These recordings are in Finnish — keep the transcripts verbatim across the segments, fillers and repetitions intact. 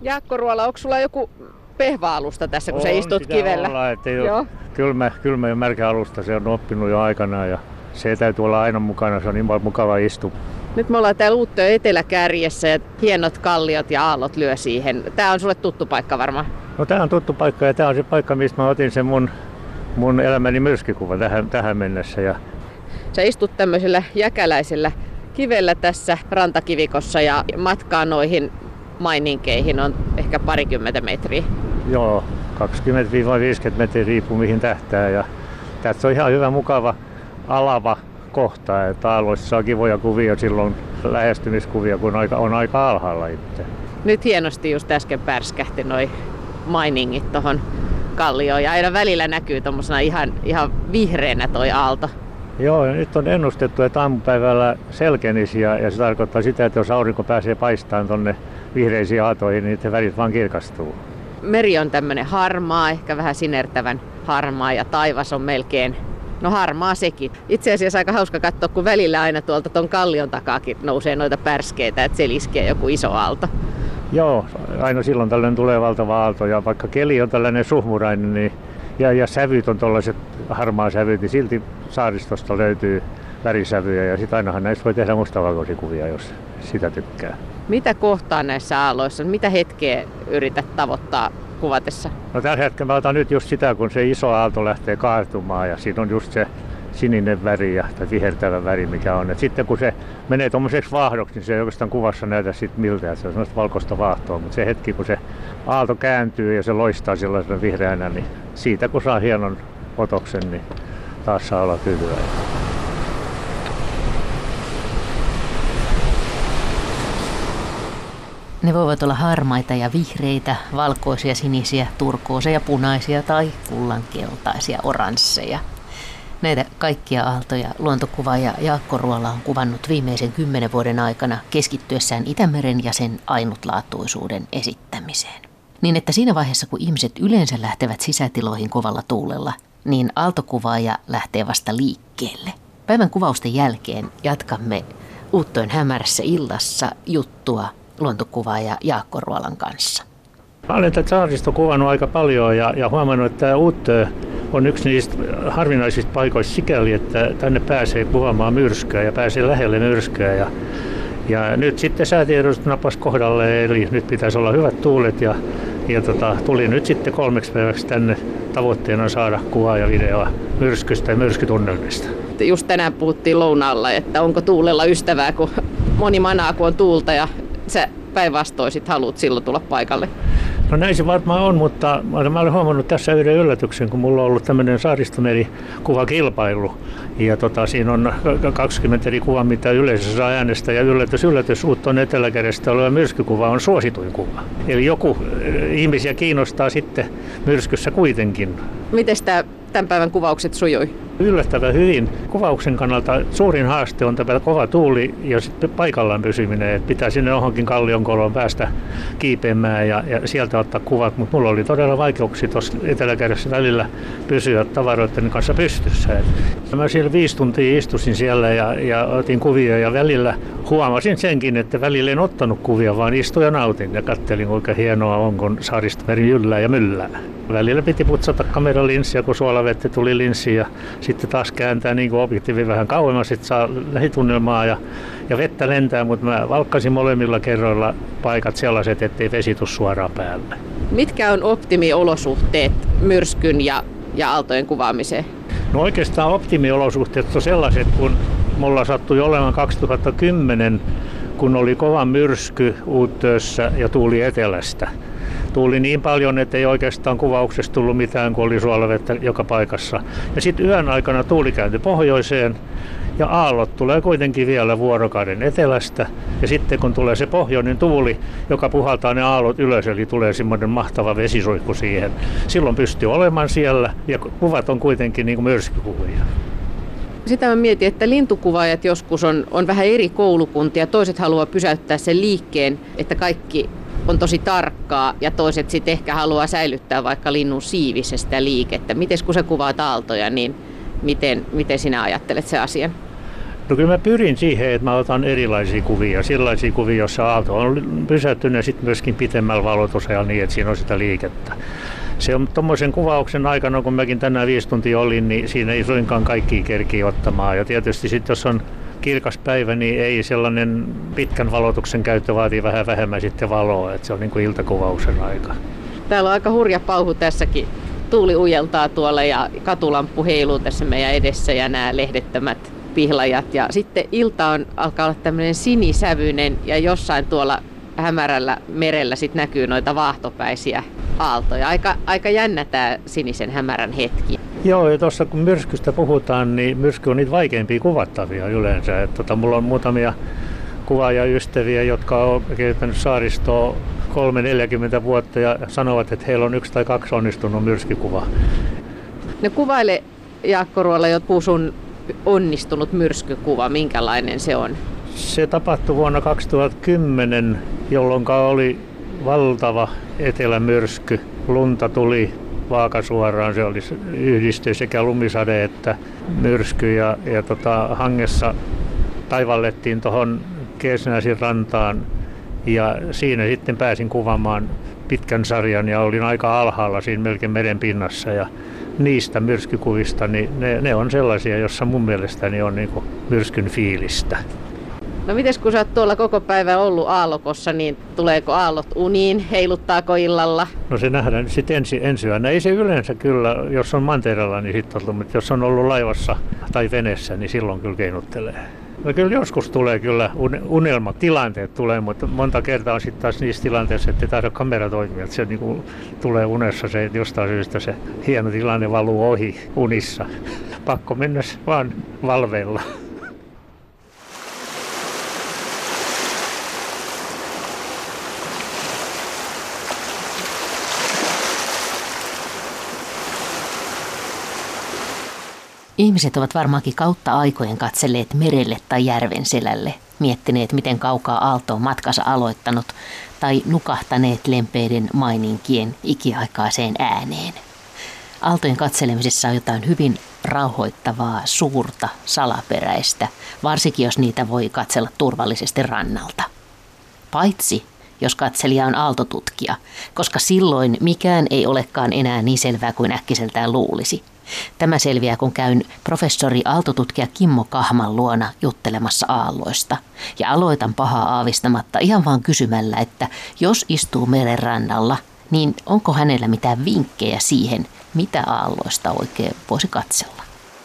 Jaakko Ruola, onko sulla joku pehva-alusta tässä, kun on, sä istut kivellä? Olla, että Joo. Kylmä, kylmä ja märkä alusta se on oppinut jo aikanaan ja se täytyy olla aina mukana, se on niin mukava istua. Nyt me ollaan täällä Uuttöön eteläkärjessä ja hienot kalliot ja aallot lyö siihen. Tää on sulle tuttu paikka varmaan? No tää on tuttu paikka ja tää on se paikka, mistä mä otin sen mun, mun elämäni myrskikuva tähän, tähän mennessä. Ja... Sä istut tämmöisellä jäkäläisellä kivellä tässä rantakivikossa ja matkaa noihin maininkeihin on ehkä parikymmentä metriä. Joo, kaksikymmentä viisikymmentä metriä riippuu mihin tähtää. Ja tässä on ihan hyvä mukava alava kohta, että aalloissa on kivoja kuvia silloin lähestymiskuvia, kun on aika alhaalla itse. Nyt hienosti just äsken pärskähti noi mainingit tohon kallioon ja aina välillä näkyy tommosena ihan, ihan vihreänä toi aalto. Joo, ja nyt on ennustettu, että aamupäivällä selkenisi ja, ja se tarkoittaa sitä, että jos aurinko pääsee paistamaan tonne vihreisiin aaltoihin, niin se värit vaan kirkastuu. Meri on tämmönen harmaa, ehkä vähän sinertävän harmaa ja taivas on melkein, no harmaa sekin. Itse asiassa aika hauska katsoa, kun välillä aina tuolta ton kallion takaakin nousee noita pärskeitä, että se iskee joku iso aalto. Joo, aina silloin tällainen tulee valtava aalto ja vaikka keli on tällainen suhmurainen niin, ja, ja sävyt on tollaiset harmaa sävyt, niin silti saaristosta löytyy värisävyjä ja sit ainahan näissä voi tehdä mustavalkoisikuvia, jos sitä tykkää. Mitä kohtaa näissä aalloissa? Mitä hetkeä yrität tavoittaa kuvatessa? No tällä hetkellä mä otan nyt just sitä, kun se iso aalto lähtee kaartumaan ja siinä on just se sininen väri ja, tai vihertävä väri, mikä on. Et sitten kun se menee tuommoiseksi vaahdoksi, niin se ei oikeastaan kuvassa näytä sit miltä, että se on semmoista valkoista vaahtoa. Mutta se hetki, kun se aalto kääntyy ja se loistaa sellaisena vihreänä, niin siitä kun saa hienon otoksen, niin taas saa olla tyytyväinen. Ne voivat olla harmaita ja vihreitä, valkoisia, sinisiä, turkooseja, punaisia tai kullankeltaisia, oransseja. Näitä kaikkia aaltoja luontokuvaaja Jaakko Ruola on kuvannut viimeisen kymmenen vuoden aikana keskittyessään Itämeren ja sen ainutlaatuisuuden esittämiseen. Niin että siinä vaiheessa, kun ihmiset yleensä lähtevät sisätiloihin kovalla tuulella, niin aaltokuvaaja lähtee vasta liikkeelle. Päivän kuvausten jälkeen jatkamme Uuttöön hämärässä illassa juttua luontokuvaaja Jaakko Ruolan kanssa. Mä olen tätä saaristoa kuvannut aika paljon ja, ja huomannut, että tämä Uuttö on yksi niistä harvinaisista paikoista sikäli, että tänne pääsee kuvaamaan myrskyä ja pääsee lähelle myrskyä. Ja, ja nyt sitten säätiedostot napas kohdalle, eli nyt pitäisi olla hyvät tuulet ja, ja tota, tuli nyt sitten kolmeksi päiväksi tänne tavoitteena saada kuvaa ja videoa myrskystä ja myrskytunnelmista. Just tänään puhuttiin lounaalla, että onko tuulella ystävää, kun moni manaa, kun on tuulta ja sä päinvastoin sit haluat silloin tulla paikalle. No näin se varmaan on, mutta mä olen huomannut tässä yhden yllätyksen, kun mulla on ollut tämmöinen Saaristomeri-kuvakilpailu. Ja tota, siinä on kaksikymmentä eri kuvaa, mitä yleisö saa äänestä. Ja yllätys, yllätys, Uuttöön eteläkädestä oleva myrskykuva on suosituin kuva. Eli joku ihmisiä kiinnostaa sitten myrskyssä kuitenkin. Miten tämä tämän päivän kuvaukset sujui? Yllättävän hyvin. Kuvauksen kannalta suurin haaste on tämä kova tuuli ja sitten paikallaan pysyminen. Että pitää sinne johonkin kallionkoloon päästä kiipeämään ja, ja sieltä ottaa kuvat. Mutta mulla oli todella vaikeuksia tuossa eteläkädessä välillä pysyä tavaroiden kanssa pystyssä. Et mä siellä viisi tuntia istusin siellä ja, ja otin kuvia ja välillä huomasin senkin, että välillä en ottanut kuvia, vaan istuin ja nautin ja kattelin, kuinka hienoa on, kun Saaristomeri jyllää ja myllää. Välillä piti putsata kameralinssiä, kun suolavettä tuli linssi ja sitten taas kääntää niin kuin objektiivi vähän kauemmas, että saa lähitunnelmaa ja, ja vettä lentää, mutta mä valkkasin molemmilla kerroilla paikat sellaiset, ettei vesi tule suoraan päälle. Mitkä on optimiolosuhteet myrskyn ja, ja aaltojen kuvaamiseen? No oikeastaan optimiolosuhteet on sellaiset, kun mulla sattui olemaan kaksituhattakymmenen, kun oli kova myrsky Uuttöössä ja tuuli etelästä. Tuuli niin paljon, että ei oikeastaan kuvauksessa tullut mitään, kun oli suolavettä joka paikassa. Ja sitten yön aikana tuuli kääntyi pohjoiseen ja aallot tulee kuitenkin vielä vuorokauden etelästä. Ja sitten kun tulee se pohjoinen tuuli, joka puhaltaa ne aallot ylös, eli tulee semmoinen mahtava vesisuihku siihen. Silloin pystyy olemaan siellä ja kuvat on kuitenkin niin kuin myrskykuvia. Sitä mä mietin, että lintukuvaajat joskus on, on vähän eri koulukuntia. Toiset haluaa pysäyttää sen liikkeen, että kaikki on tosi tarkkaa ja toiset sitten ehkä haluaa säilyttää vaikka linnun siivissä sitä liikettä. Miten kun sä kuvaat aaltoja, niin miten, miten sinä ajattelet sen asian? No kyllä mä pyrin siihen, että mä otan erilaisia kuvia, sellaisia kuvia, joissa aalto on pysähtynyt ja sitten myöskin pitemmällä valotusajalla niin, että siinä on sitä liikettä. Se on tuommoisen kuvauksen aikana, kun mäkin tänään viisi tuntia olin, niin siinä ei suinkaan kaikkia kerkiä ottamaan. Ja tietysti sitten jos on kirkas päivä, niin ei sellainen pitkän valotuksen käyttö vaatii vähän vähemmän sitten valoa, että se on niin kuin iltakuvauksen aika. Täällä on aika hurja pauhu tässäkin. Tuuli ujeltaa tuolla ja katulamppu heiluu tässä meidän edessä ja nämä lehdettömät pihlajat. Ja sitten ilta on, alkaa olla tämmöinen sinisävyinen ja jossain tuolla hämärällä merellä sit näkyy noita vaahtopäisiä aaltoja. Aika, aika jännä tämä sinisen hämärän hetki. Joo, ja tuossa kun myrskystä puhutaan, niin myrsky on niitä vaikeimpia kuvattavia yleensä. Et tota, mulla on muutamia kuvaajaystäviä, jotka on kehittänyt saaristoa kolme neljäkymmentä vuotta ja sanovat, että heillä on yksi tai kaksi onnistunut myrskykuva. No kuvaile, Jaakko Ruola, joku sun onnistunut myrskykuva, minkälainen se on? Se tapahtui vuonna kaksituhattakymmenen, jolloin oli valtava etelämyrsky. Lunta tuli vaakasuoraan, se oli yhdistyi sekä lumisade että myrsky ja, ja tota, hangessa taivallettiin tuohon Keesnäsin rantaan ja siinä sitten pääsin kuvaamaan pitkän sarjan ja olin aika alhaalla siinä melkein meren pinnassa ja niistä myrskykuvista, niin ne, ne on sellaisia, joissa mun mielestäni on niin kuin myrskyn fiilistä. No mites kun sä oot tuolla koko päivän ollut aallokossa, niin tuleeko aallot uniin, heiluttaako illalla? No se nähdään nyt sitten ensi, ensi yönä. Ei se yleensä kyllä, jos on mantereella, niin sitten ollut, mutta jos on ollut laivassa tai veneessä, niin silloin kyllä keinuttelee. No kyllä joskus tulee kyllä unelmatilanteet tulee, mutta monta kertaa on sitten taas niissä tilanteissa, että ei taida kamera toimia. Että se niin kuin tulee unessa, se jostain syystä se hieno tilanne valuu ohi unissa. Pakko mennä vaan valveilla. Ihmiset ovat varmaankin kautta aikojen katselleet merelle tai järven selälle, miettineet miten kaukaa aalto on matkansa aloittanut tai nukahtaneet lempeiden maininkien ikiaikaiseen ääneen. Aaltojen katselemisessa on jotain hyvin rauhoittavaa, suurta, salaperäistä, varsinkin jos niitä voi katsella turvallisesti rannalta. Paitsi jos katselija on aaltotutkija, koska silloin mikään ei olekaan enää niin selvää kuin äkkiseltään luulisi. Tämä selviää, kun käyn professori aaltotutkija Kimmo Kahman luona juttelemassa aalloista. Ja aloitan pahaa aavistamatta ihan vaan kysymällä, että jos istuu meren rannalla, niin onko hänellä mitään vinkkejä siihen, mitä aalloista oikein voisi katsella?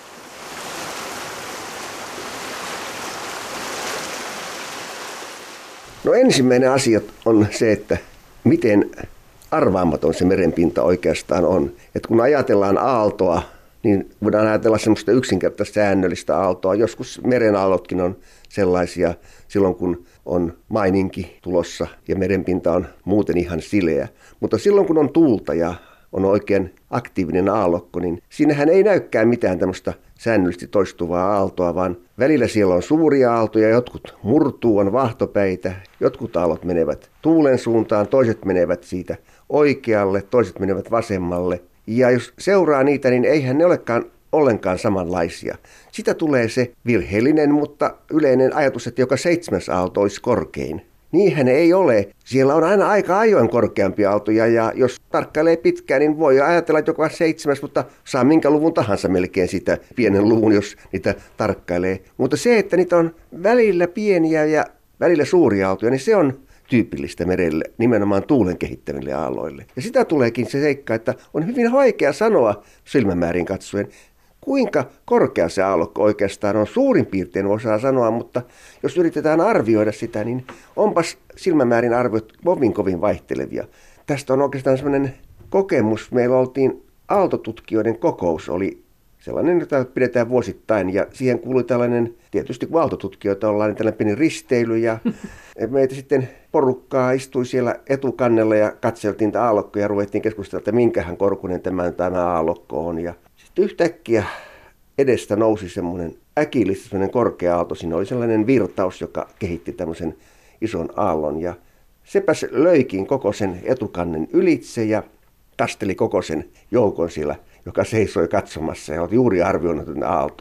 No ensimmäinen asia on se, että miten arvaamaton se merenpinta oikeastaan on. Että kun ajatellaan aaltoa, niin voidaan ajatella semmoista yksinkertaista säännöllistä aaltoa. Joskus merenaallotkin on sellaisia silloin, kun on maininki tulossa ja merenpinta on muuten ihan sileä. Mutta silloin, kun on tuulta ja on oikein aktiivinen aallokko, niin siinähän ei näykään mitään tämmöistä säännöllisesti toistuvaa aaltoa, vaan välillä siellä on suuria aaltoja, jotkut murtuu, on vaahtopäitä, jotkut aallot menevät tuulen suuntaan, toiset menevät siitä oikealle, toiset menevät vasemmalle. Ja jos seuraa niitä, niin eihän ne olekaan ollenkaan samanlaisia. Sitä tulee se virheellinen, mutta yleinen ajatus, että joka seitsemäs aalto olisi korkein. Niinhän ei ole. Siellä on aina aika ajoin korkeampia aaltoja ja jos tarkkailee pitkään, niin voi ajatella, että joka seitsemäs, mutta saa minkä luvun tahansa melkein sitä pienen luvun, jos niitä tarkkailee. Mutta se, että niitä on välillä pieniä ja välillä suuria aaltoja, niin se on tyypillistä merelle, nimenomaan tuulen kehittäville aalloille. Ja sitä tuleekin se seikka, että on hyvin vaikea sanoa silmämäärin katsoen, kuinka korkea se aallokko oikeastaan on. Suurin piirtein osaa sanoa, mutta jos yritetään arvioida sitä, niin onpas silmämäärin arviot kovin kovin vaihtelevia. Tästä on oikeastaan sellainen kokemus. Meillä oltiin aaltotutkijoiden kokous, oli sellainen, jota pidetään vuosittain, ja siihen kuului tällainen, tietysti kun aaltotutkijoita ollaan, niin tällainen pieni risteily, ja meitä sitten porukkaa istui siellä etukannella ja katseltiin niitä aallokkoja ja ruvettiin keskustella, että minkähän korkuinen tämä, tämä aallokko on. Ja sitten yhtäkkiä edestä nousi semmoinen äkillisesti semmoinen korkea aalto. Siinä oli sellainen virtaus, joka kehitti tämmöisen ison aallon, ja sepäs löikin koko sen etukannen ylitse ja kasteli koko sen joukon siellä, joka seisoi katsomassa ja oli juuri arvioinut näitä aaltoja.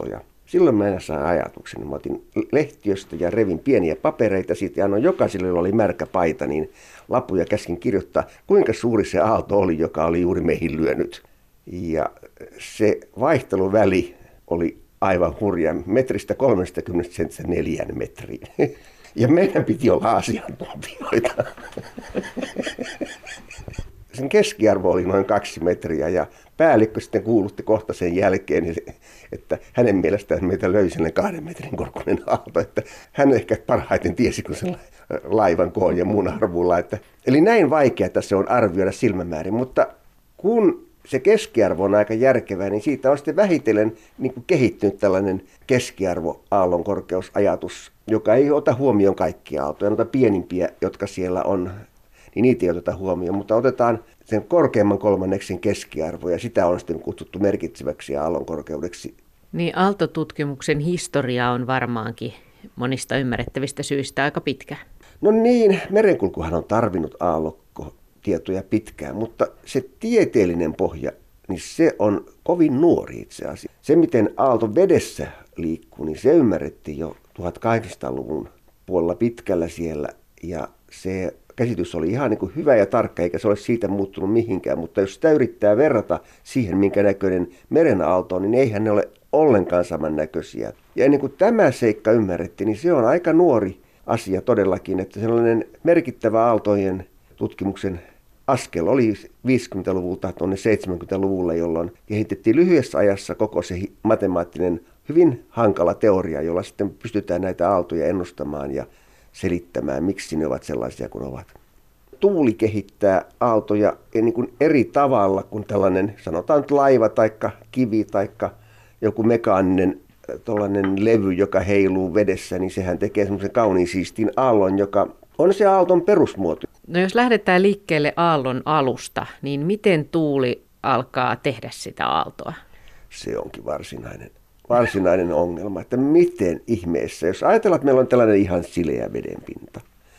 Silloin mä en saa ajatuksen. Mä otin lehtiöstä ja revin pieniä papereita siitä ja annoin jokaiselle, jolla oli märkä paita, niin lapuja käskin kirjoittaa, kuinka suuri se aalto oli, joka oli juuri meihin lyönyt. Ja se vaihteluväli oli aivan hurja, metristä kolmekymmentä sentistä neljään metriin. Ja meidän piti olla asiantuntijoita. Sen keskiarvo oli noin kaksi metriä ja päällikkö sitten kuulutti kohta sen jälkeen, että hänen mielestään meitä löi sellainen kahden metrin korkuinen aalto. Että hän ehkä parhaiten tiesi, kun se laivan koon ja muun arvulla. Että, eli näin vaikeaa se on arvioida silmämäärin, mutta kun se keskiarvo on aika järkevää, niin siitä on sitten vähitellen niin kuin kehittynyt tällainen keskiarvo aallon korkeusajatus, joka ei ota huomioon kaikkia aaltoja, mutta pienimpiä, jotka siellä on, niin niitä ei oteta huomioon, mutta otetaan sen korkeamman kolmanneksen keskiarvo ja sitä on sitten kutsuttu merkitseväksi aallon korkeudeksi. Niin aaltotutkimuksen historia on varmaankin monista ymmärrettävistä syistä aika pitkä. No niin, merenkulkuhan on tarvinnut aallokkotietoja pitkään, mutta se tieteellinen pohja, niin se on kovin nuori itse asiassa. Se, miten aalto vedessä liikkuu, niin se ymmärrettiin jo tuhatkahdeksansataaluvun puolella pitkällä siellä ja se käsitys oli ihan niin kuin hyvä ja tarkka, eikä se ole siitä muuttunut mihinkään, mutta jos sitä yrittää verrata siihen, minkä näköinen meren aalto on, niin eihän ne ole ollenkaan samannäköisiä. Ja ennen kuin tämä seikka ymmärrettiin, niin se on aika nuori asia todellakin, että sellainen merkittävä aaltojen tutkimuksen askel oli viisikymmentäluvulta tuonne seitsemänkymmentäluvulle, jolloin kehitettiin lyhyessä ajassa koko se matemaattinen, hyvin hankala teoria, jolla sitten pystytään näitä aaltoja ennustamaan ja selittämään, miksi ne ovat sellaisia kuin ovat. Tuuli kehittää aaltoja niin kuin eri tavalla kuin tällainen, sanotaan nyt laiva tai kivi tai joku mekaaninen tuollainen levy, joka heiluu vedessä, niin sehän tekee semmoisen kauniin siistin aallon, joka on se aalton perusmuoto. No jos lähdetään liikkeelle aallon alusta, niin miten tuuli alkaa tehdä sitä aaltoa? Se onkin varsinainen, varsinainen ongelma, että miten ihmeessä, jos ajatellaan, että meillä on tällainen ihan sileä vedenpinta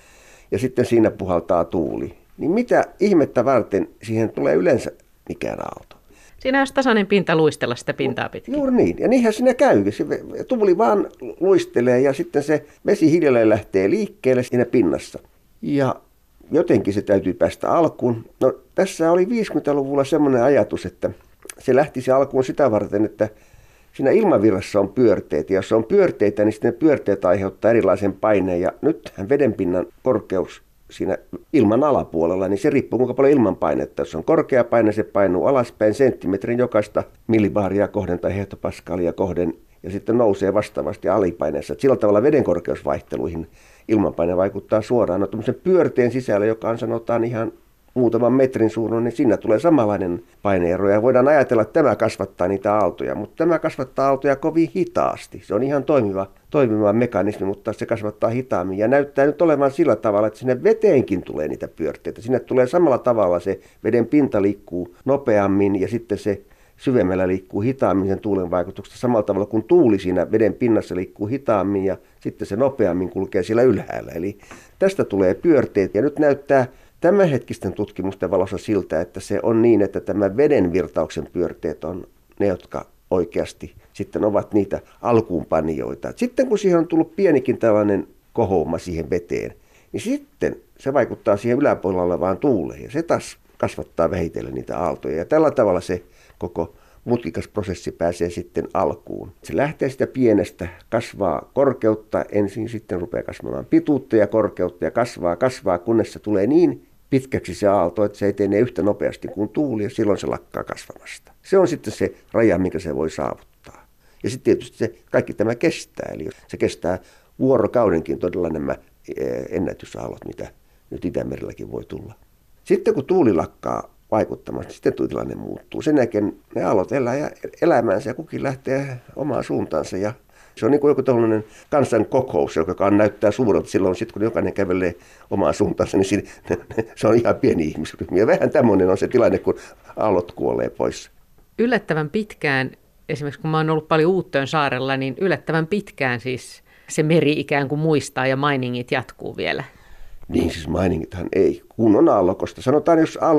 ja sitten siinä puhaltaa tuuli, niin mitä ihmettä varten siihen tulee yleensä mikään aalto? Siinä olisi tasainen pinta luistella sitä pintaa pitkin. Juuri niin. Ja niinhän siinä käy. Se tuuli vaan luistelee ja sitten se vesi hiljalleen lähtee liikkeelle siinä pinnassa. Ja jotenkin se täytyy päästä alkuun. No tässä oli viisikymmentäluvulla semmoinen ajatus, että se lähti se alkuun sitä varten, että siinä ilmavirrassa on pyörteitä. Ja jos on pyörteitä, niin sitten ne pyörteet aiheuttaa erilaisen paineen. Ja nythän vedenpinnan korkeus siinä ilman alapuolella, niin se riippuu kuinka paljon ilmanpainetta. Jos on korkea paine, se painuu alaspäin senttimetrin jokaista millibaaria kohden tai hehtopaskalia kohden ja sitten nousee vastaavasti alipaineessa. Sillä tavalla veden korkeusvaihteluihin ilmanpaine vaikuttaa suoraan. No tuommoisen pyörteen sisällä, joka on sanotaan ihan muutaman metrin suuruinen, niin siinä tulee samanlainen paineero. Ja voidaan ajatella, että tämä kasvattaa niitä aaltoja, mutta tämä kasvattaa aaltoja kovin hitaasti. Se on ihan toimiva, toimiva mekanismi, mutta se kasvattaa hitaammin. Ja näyttää nyt olevan sillä tavalla, että sinne veteenkin tulee niitä pyörteitä. Sinne tulee samalla tavalla, se veden pinta liikkuu nopeammin ja sitten se syvemmällä liikkuu hitaammin sen tuulen vaikutuksesta. Samalla tavalla kuin tuuli siinä veden pinnassa liikkuu hitaammin ja sitten se nopeammin kulkee siellä ylhäällä. Eli tästä tulee pyörteet ja nyt näyttää tämänhetkisten tutkimusten valossa siltä, että se on niin, että tämä veden virtauksen pyörteet on ne, jotka oikeasti sitten ovat niitä alkuunpanijoita. Sitten kun siihen on tullut pienikin tällainen kohouma siihen veteen, niin sitten se vaikuttaa siihen yläpuolella olevaan tuuleen ja se taas kasvattaa vähitellen niitä aaltoja. Ja tällä tavalla se koko mutkikas prosessi pääsee sitten alkuun. Se lähtee sitä pienestä, kasvaa korkeutta, ensin sitten rupeaa kasvamaan pituutta ja korkeutta ja kasvaa, kasvaa, kunnes se tulee niin pitkäksi se aalto, että se etenee yhtä nopeasti kuin tuuli ja silloin se lakkaa kasvamasta. Se on sitten se raja, mikä se voi saavuttaa. Ja sitten tietysti se kaikki tämä kestää, eli se kestää vuorokaudenkin todella nämä ennätysaallot, mitä nyt Itämerelläkin voi tulla. Sitten kun tuuli lakkaa vaikuttamasta, sitten tilanne muuttuu. Sen jälkeen ne aallot elää elämäänsä ja kukin lähtee omaan suuntaansa. Ja se on niin kuin joku tällainen kansankokous, joka näyttää suurelta silloin, sit kun jokainen kävelee omaan suuntaansa, niin siinä, se on ihan pieni ihmisryhmä. Ja vähän tämmöinen on se tilanne, kun aallot kuolee pois. Yllättävän pitkään, esimerkiksi kun mä oon ollut paljon Uuttöön saarella, niin yllättävän pitkään siis se meri ikään kuin muistaa ja mainingit jatkuu vielä. Niin siis mainingithan ei, kun on aallokosta. Sanotaan, jos aallon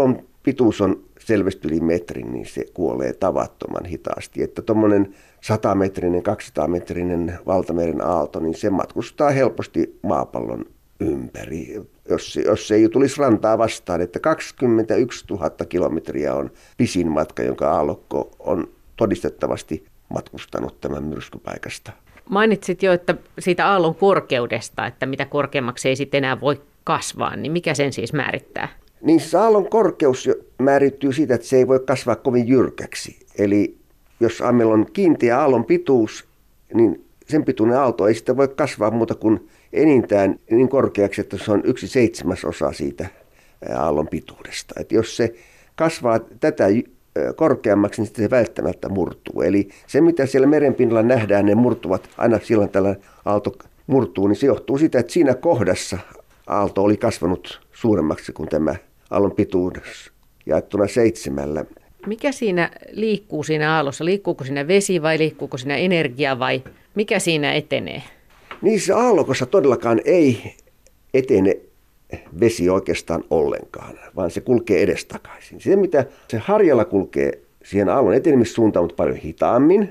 pituus on selvästi yli metrin, niin se kuolee tavattoman hitaasti. Että tuommoinen satametrinen, kaksisataa-metrinen valtameren aalto, niin se matkustaa helposti maapallon ympäri, jos se, jos se ei tulisi rantaa vastaan. Että kaksikymmentäyksituhatta kilometriä on pisin matka, jonka aallokko on todistettavasti matkustanut tämän myrskypaikasta. Mainitsit jo, että siitä aallon korkeudesta, että mitä korkeammaksi ei sitten enää voi kasvaa, niin mikä sen siis määrittää? Niin se aallon korkeus määrittyy siitä, että se ei voi kasvaa kovin jyrkäksi. Eli jos meillä on kiinteä aallon pituus, niin sen pituinen aalto ei sitä voi kasvaa muuta kuin enintään niin korkeaksi, että se on yksi seitsemäsosa siitä aallon pituudesta. Että jos se kasvaa tätä korkeammaksi, niin se välttämättä murtuu. Eli se, mitä siellä merenpinnalla nähdään, ne murtuvat aina silloin tällä aalto murtuu, niin se johtuu siitä, että siinä kohdassa aalto oli kasvanut suuremmaksi kuin tämä aallon pituus jaettuna seitsemällä. Mikä siinä liikkuu siinä aallossa? Liikkuuko siinä vesi vai liikkuuko siinä energia vai mikä siinä etenee? Niissä aallokossa todellakaan ei etene vesi oikeastaan ollenkaan, vaan se kulkee edestakaisin. Se, mitä se harjalla kulkee siihen aallon etenemissuuntaan, mutta paljon hitaammin,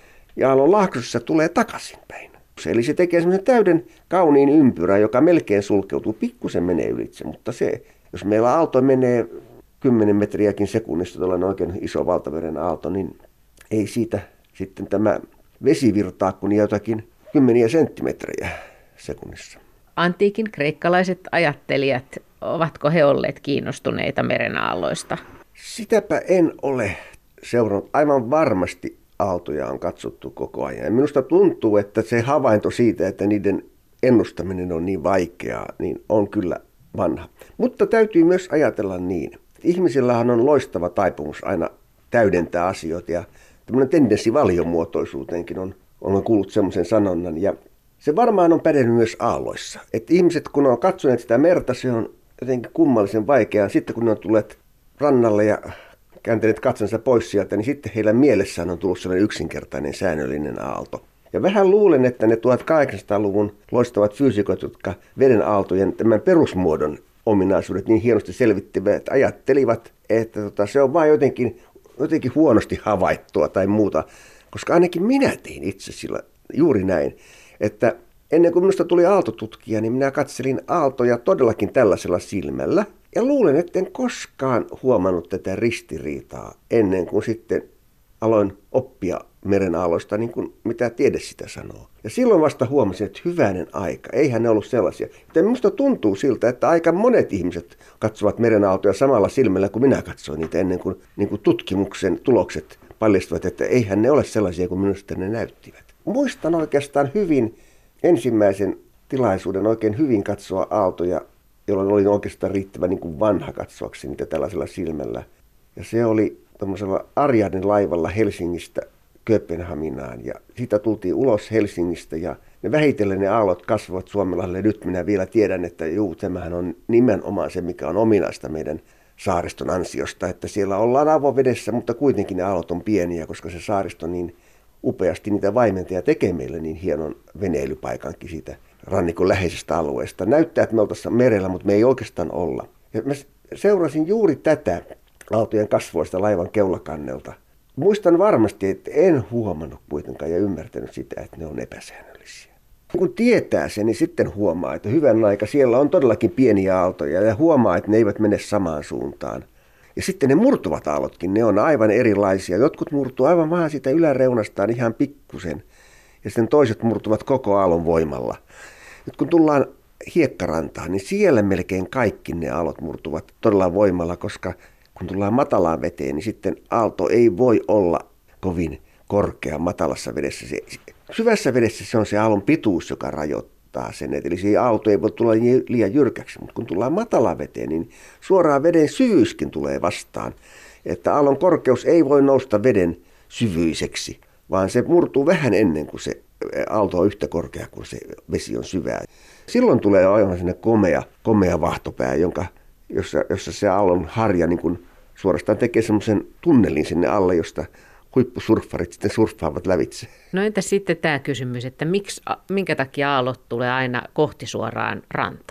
ja aallon lahkossa tulee takaisinpäin. Eli se tekee semmoisen täyden kauniin ympyrän, joka melkein sulkeutuu, pikkusen menee ylitse, mutta se, jos meillä aalto menee kymmenen metriäkin sekunnissa, tuollainen oikein iso valtameren aalto, niin ei siitä sitten tämä vesi virtaa kuin jotakin kymmeniä senttimetrejä sekunnissa. Antiikin kreikkalaiset ajattelijat, ovatko he olleet kiinnostuneita merenaalloista? Sitäpä en ole seurannut. Aivan varmasti aaltoja on katsottu koko ajan. Ja minusta tuntuu, että se havainto siitä, että niiden ennustaminen on niin vaikeaa, niin on kyllä vanha. Mutta täytyy myös ajatella niin. Ihmisillähän on loistava taipumus aina täydentää asioita ja tämmöinen tendenssi valiomuotoisuuteenkin on, on kuullut semmoisen sanonnan. Ja se varmaan on pädennyt myös aalloissa. Että ihmiset, kun on katsoneet sitä merta, se on jotenkin kummallisen vaikeaa. Sitten kun ne on tulleet rannalle ja kääntäneet katsonsa pois sieltä, niin sitten heillä mielessään on tullut sellainen yksinkertainen säännöllinen aalto. Ja vähän luulen, että ne tuhatkahdeksansataaluvun loistavat fyysikot, jotka veden aaltojen tämän perusmuodon ominaisuudet niin hienosti selvittivät, ajattelivat, että tota, se on vain jotenkin, jotenkin huonosti havaittua tai muuta. Koska ainakin minä tein itse sillä juuri näin, että ennen kuin minusta tuli aaltotutkija, niin minä katselin aaltoja todellakin tällaisella silmällä. Ja luulen, etten koskaan huomannut tätä ristiriitaa ennen kuin sitten aloin oppia merenaalloista, niin kuin mitä tiede sitä sanoo. Ja silloin vasta huomasin, että hyvänen aika, eihän ne ollut sellaisia. Joten minusta tuntuu siltä, että aika monet ihmiset katsovat merenaaltoja samalla silmällä kuin minä katsoin niitä ennen kuin, niin kuin tutkimuksen tulokset paljastuvat, että eihän ne ole sellaisia kuin minusta ne näyttivät. Muistan oikeastaan hyvin ensimmäisen tilaisuuden oikein hyvin katsoa aaltoja, jolloin olin oikeastaan riittävän niin kuin vanha katsoakseni niitä tällaisella silmällä. Ja se oli tuollaisella Ariadnen laivalla Helsingistä Kööpenhaminaan. Ja siitä tultiin ulos Helsingistä ja ne vähitellen ne aallot kasvavat Suomenlahdelle. Nyt minä vielä tiedän, että juu, tämähän on nimenomaan se, mikä on ominaista meidän saariston ansiosta. Että siellä ollaan avovedessä, mutta kuitenkin ne aallot on pieniä, koska se saaristo niin upeasti niitä vaimentaa tekee meille niin hienon veneilypaikankin siitä rannikon läheisestä alueesta. Näyttää, että me oltaisiin merellä, mutta me ei oikeastaan olla. Ja mä seurasin juuri tätä aaltojen kasvoista laivan keulakannelta. Muistan varmasti, että en huomannut kuitenkaan ja ymmärtänyt sitä, että ne on epäsäännöllisiä. Kun tietää sen, niin sitten huomaa, että hyvän aika siellä on todellakin pieniä aaltoja ja huomaa, että ne eivät mene samaan suuntaan. Ja sitten ne murtuvat aallotkin, ne on aivan erilaisia. Jotkut murtuu aivan vaan siitä yläreunastaan ihan pikkusen ja sitten toiset murtuvat koko aallon voimalla. Nyt kun tullaan hiekkarantaan, niin siellä melkein kaikki ne aallot murtuvat todella voimalla, koska kun tullaan matalaan veteen, niin sitten aalto ei voi olla kovin korkea matalassa vedessä. Se, syvässä vedessä se on se aallon pituus, joka rajoittaa sen. Eli se aalto ei voi tulla liian jyrkäksi, mutta kun tullaan matalaan veteen, niin suoraan veden syvyyskin tulee vastaan. Että aallon korkeus ei voi nousta veden syvyiseksi, vaan se murtuu vähän ennen kuin se aalto on yhtä korkea kuin se vesi on syvää. Silloin tulee aivan sinne komea, komea vahtopää, jonka, jossa, jossa se aallon harja niin kuin suorastaan tekee semmoisen tunnelin sinne alle, josta huippusurffarit sitten surffaavat lävitse. No entä sitten tämä kysymys, että miksi, minkä takia aallot tulee aina kohti suoraan rantaa?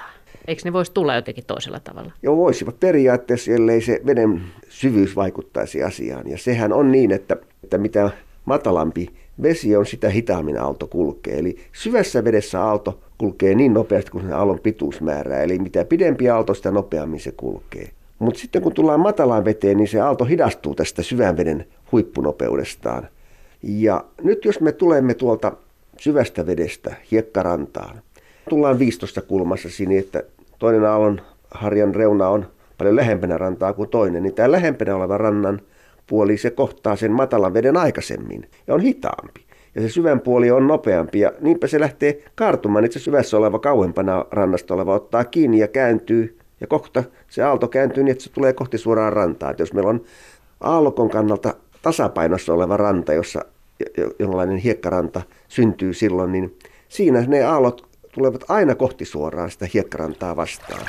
Eikö ne voisi tulla jotenkin toisella tavalla? Joo, voisivat periaatteessa, ellei se veden syvyys vaikuttaisi asiaan. Ja sehän on niin, että, että mitä matalampi vesi on, sitä hitaammin aalto kulkee. Eli syvässä vedessä aalto kulkee niin nopeasti kuin se aallon pituus määrää. Eli mitä pidempi aalto, sitä nopeammin se kulkee. Mutta sitten kun tullaan matalaan veteen, niin se aalto hidastuu tästä syvän veden huippunopeudestaan. Ja nyt jos me tulemme tuolta syvästä vedestä hiekkarantaan, tullaan viistosta kulmassa siinä, että toinen aallon harjan reuna on paljon lähempänä rantaa kuin toinen, niin tämä lähempänä oleva rannan puoli, se kohtaa sen matalan veden aikaisemmin ja on hitaampi. Ja se syvän puoli on nopeampi ja niinpä se lähtee kaartumaan, että se syvässä oleva kauempana rannasta oleva ottaa kiinni ja kääntyy. Ja kohta se aalto kääntyy niin, että se tulee kohti suoraan rantaa. Että jos meillä on aallokon kannalta tasapainossa oleva ranta, jossa jonkinlainen hiekkaranta syntyy silloin, niin siinä ne aallot tulevat aina kohti suoraan sitä hiekkarantaa vastaan.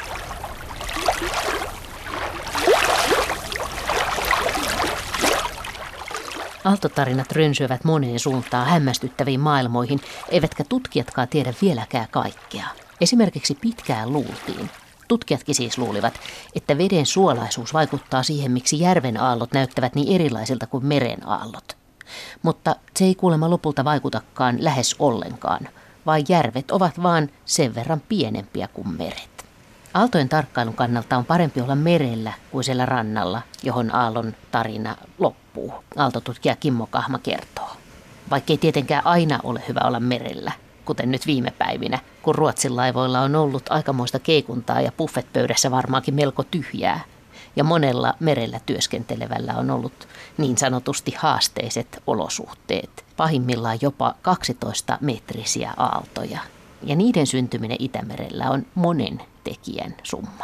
Aaltotarinat rönsyövät moneen suuntaan hämmästyttäviin maailmoihin, eivätkä tutkijatkaan tiedä vieläkään kaikkea. Esimerkiksi pitkään luultiin. Tutkijatkin siis luulivat, että veden suolaisuus vaikuttaa siihen, miksi järven aallot näyttävät niin erilaisilta kuin meren aallot. Mutta se ei kuulemma lopulta vaikutakaan lähes ollenkaan, vaan järvet ovat vain sen verran pienempiä kuin meret. Aaltojen tarkkailun kannalta on parempi olla merellä kuin siellä rannalla, johon aallon tarina loppuu, aaltotutkija Kimmo Kahma kertoo. Vaikkei tietenkään aina ole hyvä olla merellä, kuten nyt viime päivinä, kun Ruotsin laivoilla on ollut aikamoista keikuntaa ja buffetpöydässä varmaankin melko tyhjää. Ja monella merellä työskentelevällä on ollut niin sanotusti haasteiset olosuhteet, pahimmillaan jopa kaksitoista metrisiä aaltoja. Ja niiden syntyminen Itämerellä on monen tekijän summa.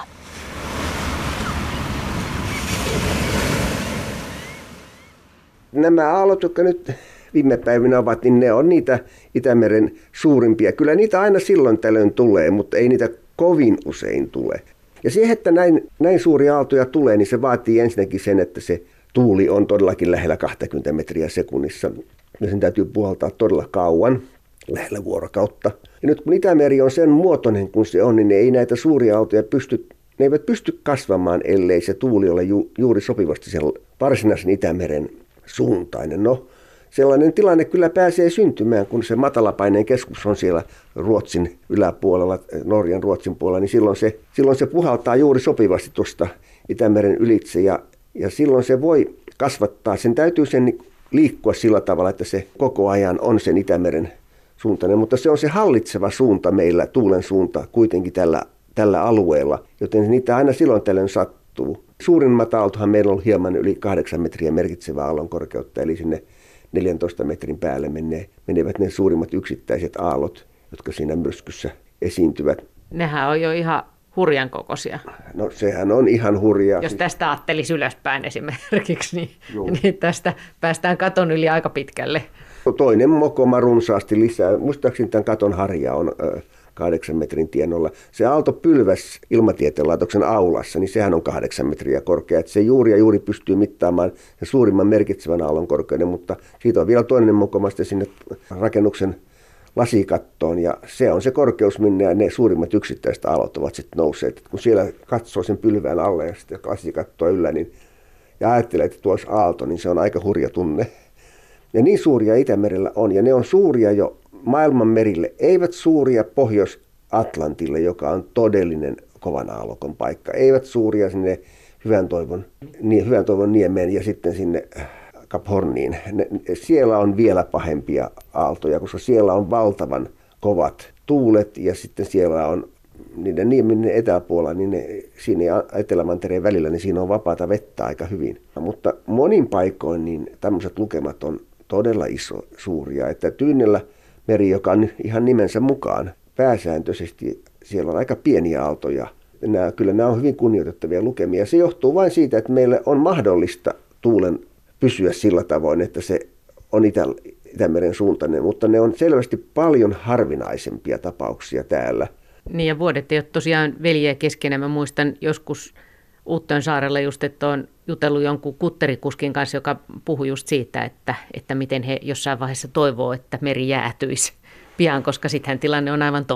Nämä aallot, jotka nyt viime päivinä ovat, niin ne on niitä Itämeren suurimpia. Kyllä niitä aina silloin tällöin tulee, mutta ei niitä kovin usein tule. Ja se, että näin, näin suuria aaltoja tulee, niin se vaatii ensinnäkin sen, että se tuuli on todellakin lähellä kaksikymmentä metriä sekunnissa. Ja sen täytyy puhaltaa todella kauan, lähellä vuorokautta. Ja nyt kun Itämeri on sen muotoinen kuin se on, niin ne ei näitä suuria aaltoja pysty, ne eivät pysty kasvamaan, ellei se tuuli ole ju, juuri sopivasti sen varsinaisen Itämeren suuntainen. No, sellainen tilanne kyllä pääsee syntymään, kun se matalapaineen keskus on siellä Ruotsin yläpuolella, Norjan Ruotsin puolella, niin silloin se, silloin se puhaltaa juuri sopivasti tuosta Itämeren ylitse ja, ja silloin se voi kasvattaa. Sen täytyy sen liikkua sillä tavalla, että se koko ajan on sen Itämeren suuntainen, mutta se on se hallitseva suunta meillä, tuulen suunta kuitenkin tällä, tällä alueella, joten niitä aina silloin tällöin sattuu. Suurimmat aaltohan meillä on hieman yli kahdeksan metriä merkitsevää aallon korkeutta, eli sinne neljäntoista metrin päälle menee, menevät ne suurimmat yksittäiset aallot, jotka siinä myrskyssä esiintyvät. Nehän on jo ihan hurjan kokoisia. No sehän on ihan hurjaa. Jos tästä ajattelisi ylöspäin esimerkiksi, niin, niin tästä päästään katon yli aika pitkälle. Toinen mokoma runsaasti lisää. Muistaakseni tämän katon harja on ö, kahdeksan metrin tienolla. Se aaltopylväs ilmatieteen laitoksen aulassa, niin sehän on kahdeksan metriä korkea. Että se juuri ja juuri pystyy mittaamaan sen suurimman merkitsevän aallon korkeuden, mutta siitä on vielä toinen mokoma sinne rakennuksen lasikattoon. Ja se on se korkeus, minne ne suurimmat yksittäiset aallot ovat sitten nousseet. Et kun siellä katsoo sen pylvään alle ja sitten lasikattoa yllä, niin, ja ajattelee, että tuossa aalto, niin se on aika hurja tunne. Ja niin suuria Itämerellä on, ja ne on suuria jo maailman merille, eivät suuria Pohjois-Atlantille, joka on todellinen kovan aallokon paikka, eivät suuria sinne Hyvän toivon, Hyvän toivon niemeen ja sitten sinne Kap Horniin. Ne, siellä on vielä pahempia aaltoja, koska siellä on valtavan kovat tuulet, ja sitten siellä on niiden niemen etäpuolella, niin ne, siinä Etelämantereen välillä, niin siinä on vapaata vettä aika hyvin. Mutta monin paikoin niin tämmöiset lukemat on todella iso, suuria, että Tyynellä meri, joka on ihan nimensä mukaan, pääsääntöisesti siellä on aika pieniä aaltoja. Nämä, kyllä nämä on hyvin kunnioitettavia lukemia. Se johtuu vain siitä, että meille on mahdollista tuulen pysyä sillä tavoin, että se on Itä, Itämeren suuntainen, mutta ne on selvästi paljon harvinaisempia tapauksia täällä. Niin ja vuodet ei ole tosiaan veljeä keskenään. Mä muistan joskus Uuttöönsaarella just, että on jutellut jonkun kutterikuskin kanssa, joka puhui just siitä, että, että miten he jossain vaiheessa toivoo, että meri jäätyisi pian, koska sittenhän tilanne on aivan toinen.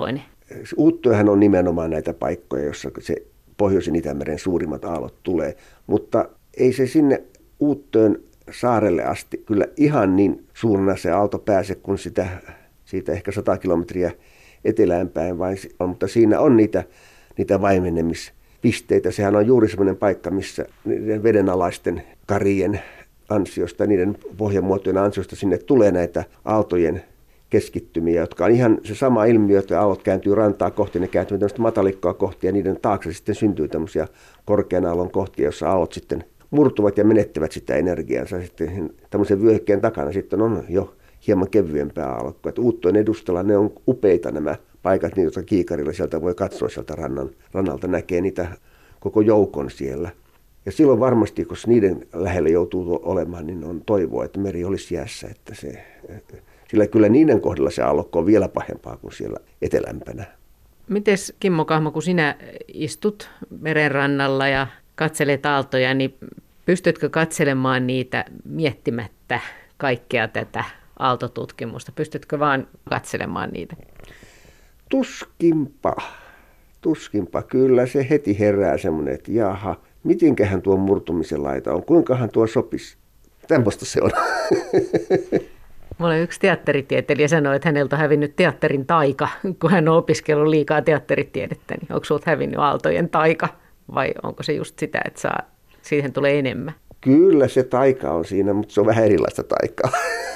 Uuttööhän on nimenomaan näitä paikkoja, jossa se Pohjoisen Itämeren suurimmat aallot tulee, mutta ei se sinne Uuttöön saarelle asti kyllä ihan niin suurena se aalto pääse kuin sitä, siitä ehkä sata kilometriä eteläänpäin, vai, mutta siinä on niitä, niitä vaimenemispisteitä. Sehän on juuri semmoinen paikka, missä niiden vedenalaisten karien ansiosta, niiden pohjamuotojen ansiosta sinne tulee näitä aaltojen keskittymiä, jotka on ihan se sama ilmiö, että aallot kääntyy rantaa kohti, ne kääntyy tämmöistä matalikkoa kohti ja niiden taakse sitten syntyy tämmöisiä korkean aallon kohtia, jossa aallot sitten murtuvat ja menettävät sitä energiaansa. Sitten tämmöisen vyöhykkeen takana sitten on jo hieman kevyempää aallokkoa. Uuttojen edustalla ne on upeita nämä paikat, niin jotka kiikarilla sieltä voi katsoa sieltä rannan, rannalta, näkee niitä koko joukon siellä. Ja silloin varmasti, kun niiden lähellä joutuu olemaan, niin on toivoa, että meri olisi jäässä. Että se, sillä kyllä niiden kohdalla se aallokko on vielä pahempaa kuin siellä etelämpänä. Mites Kimmo Kahmo, kun sinä istut merenrannalla ja katselet aaltoja, niin pystytkö katselemaan niitä miettimättä kaikkea tätä aaltotutkimusta? Pystytkö vaan katselemaan niitä? Tuskinpa. Tuskinpa. Kyllä se heti herää semmoinen, että jaha, mitenköhän tuo murtumisen laita on, kuinkahan tuo sopisi. Tämmöistä se on. Mulle yksi teatteritieteilijä sanoi, että häneltä on hävinnyt teatterin taika, kun hän on opiskellut liikaa teatteritiedettä. Niin onko sinulta hävinnyt aaltojen taika vai onko se just sitä, että saa, siihen tulee enemmän? Kyllä se taika on siinä, mutta se on vähän erilaista taikaa.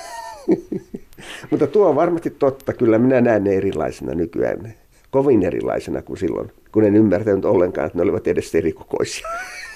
Mutta tuo on varmasti totta. Kyllä minä näen ne erilaisena nykyään. Kovin erilaisena kuin silloin, kun en ymmärtänyt ollenkaan, että ne olivat edes erikokoisia.